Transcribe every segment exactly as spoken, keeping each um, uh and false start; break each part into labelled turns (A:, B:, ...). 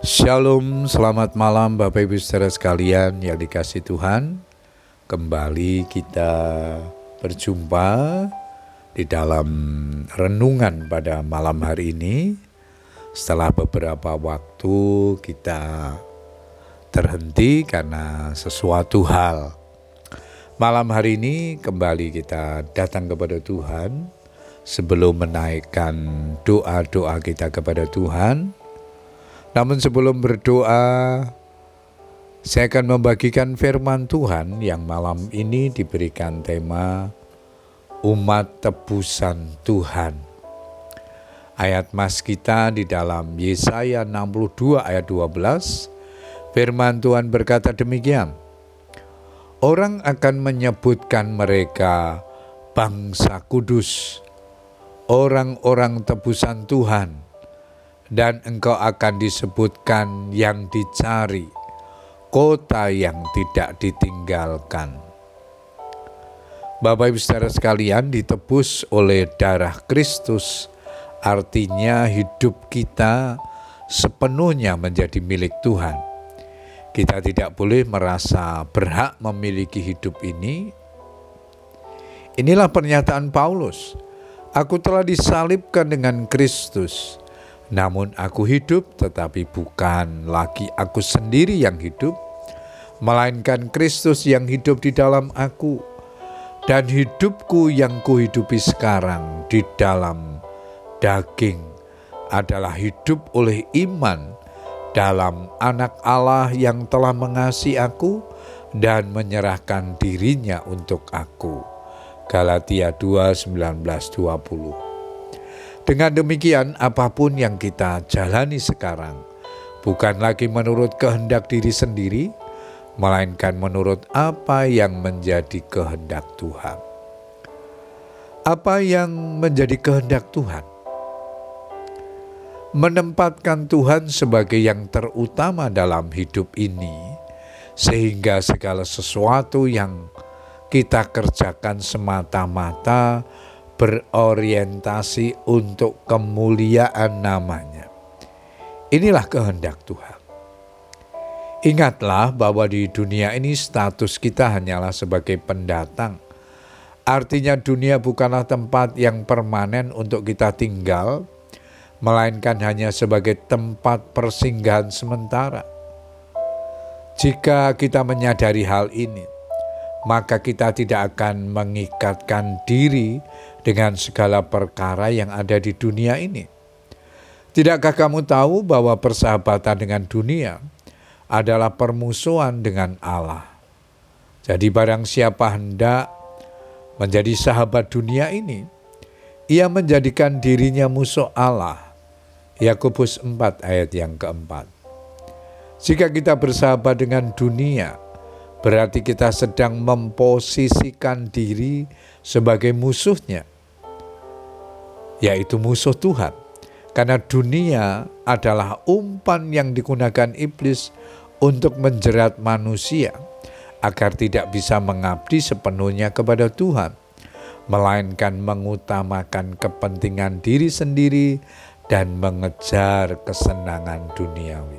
A: Shalom, selamat malam Bapak Ibu saudara sekalian yang dikasihi Tuhan. Kembali kita berjumpa di dalam renungan pada malam hari ini. Setelah beberapa waktu kita terhenti karena sesuatu hal. Malam hari ini kembali kita datang kepada Tuhan. Sebelum menaikkan doa-doa kita kepada Tuhan, namun sebelum berdoa, saya akan membagikan firman Tuhan yang malam ini diberikan tema Umat Tebusan Tuhan. Ayat mas kita di dalam Yesaya enam puluh dua ayat dua belas, firman Tuhan berkata demikian, orang akan menyebutkan mereka bangsa kudus, orang-orang tebusan Tuhan, dan engkau akan disebutkan yang dicari, kota yang tidak ditinggalkan. Bapak Ibu saudara sekalian, ditebus oleh darah Kristus, artinya hidup kita sepenuhnya menjadi milik Tuhan. Kita tidak boleh merasa berhak memiliki hidup ini. Inilah pernyataan Paulus, aku telah disalibkan dengan Kristus. Namun aku hidup, tetapi bukan lagi aku sendiri yang hidup, melainkan Kristus yang hidup di dalam aku. Dan hidupku yang kuhidupi sekarang di dalam daging adalah hidup oleh iman dalam Anak Allah yang telah mengasihi aku dan menyerahkan dirinya untuk aku. Galatia dua, sembilan belas dua puluh. Dengan demikian, apapun yang kita jalani sekarang bukan lagi menurut kehendak diri sendiri, melainkan menurut apa yang menjadi kehendak Tuhan. Apa yang menjadi kehendak Tuhan? Menempatkan Tuhan sebagai yang terutama dalam hidup ini, sehingga segala sesuatu yang kita kerjakan semata-mata berorientasi untuk kemuliaan namanya. Inilah kehendak Tuhan. Ingatlah bahwa di dunia ini status kita hanyalah sebagai pendatang. Artinya dunia bukanlah tempat yang permanen untuk kita tinggal, melainkan hanya sebagai tempat persinggahan sementara. Jika kita menyadari hal ini, maka kita tidak akan mengikatkan diri dengan segala perkara yang ada di dunia ini. Tidakkah kamu tahu bahwa persahabatan dengan dunia adalah permusuhan dengan Allah? Jadi barang siapa hendak menjadi sahabat dunia ini, ia menjadikan dirinya musuh Allah. Yakobus empat ayat yang keempat. Jika kita bersahabat dengan dunia, berarti kita sedang memposisikan diri sebagai musuhnya, yaitu musuh Tuhan. Karena dunia adalah umpan yang digunakan iblis untuk menjerat manusia agar tidak bisa mengabdi sepenuhnya kepada Tuhan, melainkan mengutamakan kepentingan diri sendiri dan mengejar kesenangan duniawi.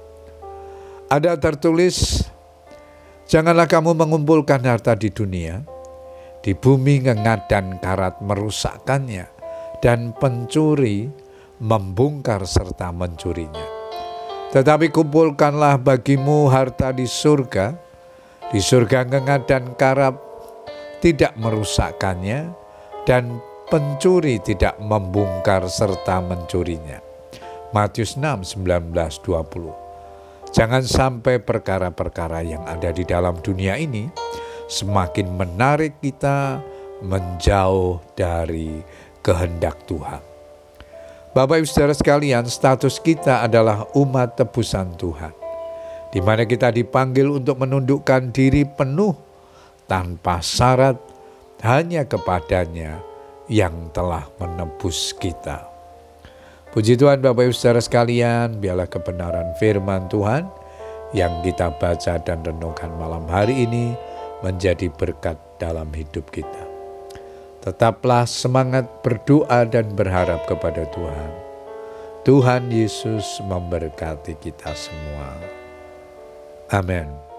A: Ada tertulis, janganlah kamu mengumpulkan harta di dunia, di bumi ngengat dan karat merusakkannya, dan pencuri membongkar serta mencurinya. Tetapi kumpulkanlah bagimu harta di surga, di surga ngengat dan karat tidak merusakkannya, dan pencuri tidak membongkar serta mencurinya. Matius enam, sembilan belas dua puluh. Jangan sampai perkara-perkara yang ada di dalam dunia ini semakin menarik kita menjauh dari kehendak Tuhan. Bapak Ibu saudara sekalian, status kita adalah umat tebusan Tuhan, di mana kita dipanggil untuk menundukkan diri penuh tanpa syarat hanya kepadanya yang telah menebus kita. Puji Tuhan Bapak Ibu saudara sekalian, biarlah kebenaran firman Tuhan yang kita baca dan renungkan malam hari ini menjadi berkat dalam hidup kita. Tetaplah semangat berdoa dan berharap kepada Tuhan. Tuhan Yesus memberkati kita semua. Amin.